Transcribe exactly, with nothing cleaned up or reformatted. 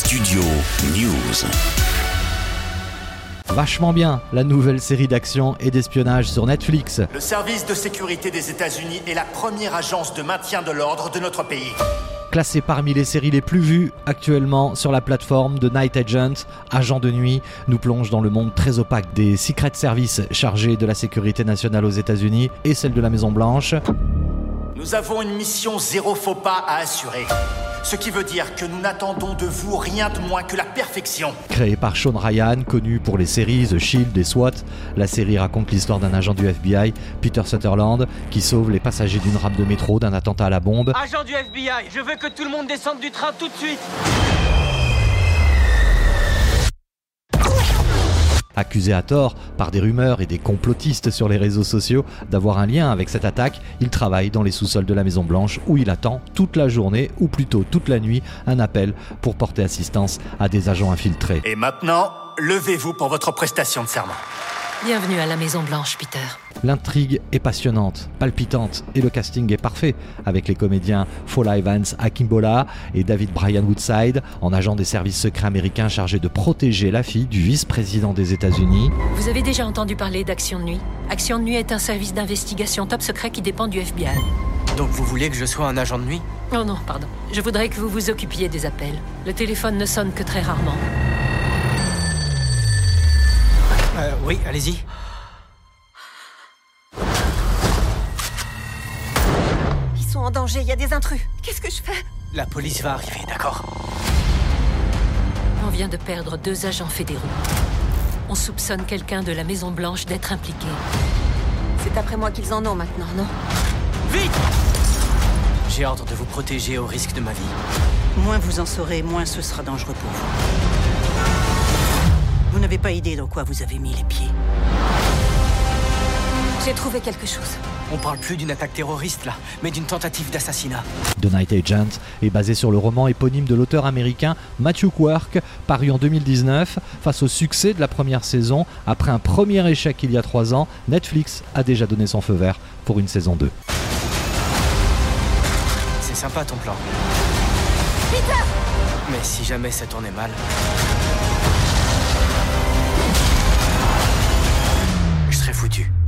Studio News. Vachement bien, la nouvelle série d'action et d'espionnage sur Netflix. Le service de sécurité des États-Unis est la première agence de maintien de l'ordre de notre pays. Classée parmi les séries les plus vues actuellement sur la plateforme de Night Agent, Agent de nuit, nous plonge dans le monde très opaque des Secret Service chargés de la sécurité nationale aux États-Unis et celle de la Maison-Blanche. Nous avons une mission zéro faux pas à assurer. Ce qui veut dire que nous n'attendons de vous rien de moins que la perfection. Créée par Sean Ryan, connu pour les séries The Shield et SWAT, la série raconte l'histoire d'un agent du F B I, Peter Sutherland, qui sauve les passagers d'une rame de métro d'un attentat à la bombe. Agent du F B I, je veux que tout le monde descende du train tout de suite. Accusé à tort par des rumeurs et des complotistes sur les réseaux sociaux d'avoir un lien avec cette attaque, il travaille dans les sous-sols de la Maison-Blanche où il attend toute la journée, ou plutôt toute la nuit, un appel pour porter assistance à des agents infiltrés. Et maintenant, levez-vous pour votre prestation de serment. Bienvenue à la Maison-Blanche, Peter. L'intrigue est passionnante, palpitante et le casting est parfait avec les comédiens Fola Evans Akingbola et David Brian Woodside en agent des services secrets américains chargés de protéger la fille du vice-président des États-Unis. Vous avez déjà entendu parler d'Action de nuit? Action de nuit est un service d'investigation top secret qui dépend du F B I. Donc vous voulez que je sois un agent de nuit? Oh non, pardon. Je voudrais que vous vous occupiez des appels. Le téléphone ne sonne que très rarement. Euh, oui, allez-y. Ils sont en danger, il y a des intrus. Qu'est-ce que je fais? La police va arriver, d'accord? On vient de perdre deux agents fédéraux. On soupçonne quelqu'un de la Maison-Blanche d'être impliqué. C'est après moi qu'ils en ont maintenant, non? Vite! J'ai ordre de vous protéger au risque de ma vie. Moins vous en saurez, moins ce sera dangereux pour vous. Vous n'avez pas idée dans quoi vous avez mis les pieds. J'ai trouvé quelque chose. On parle plus d'une attaque terroriste là, mais d'une tentative d'assassinat. The Night Agent est basé sur le roman éponyme de l'auteur américain Matthew Quirk, paru en deux mille dix-neuf. Face au succès de la première saison, après un premier échec il y a trois ans, Netflix a déjà donné son feu vert pour une saison deux. C'est sympa ton plan. Peter! Mais si jamais ça tournait mal... je serais foutu.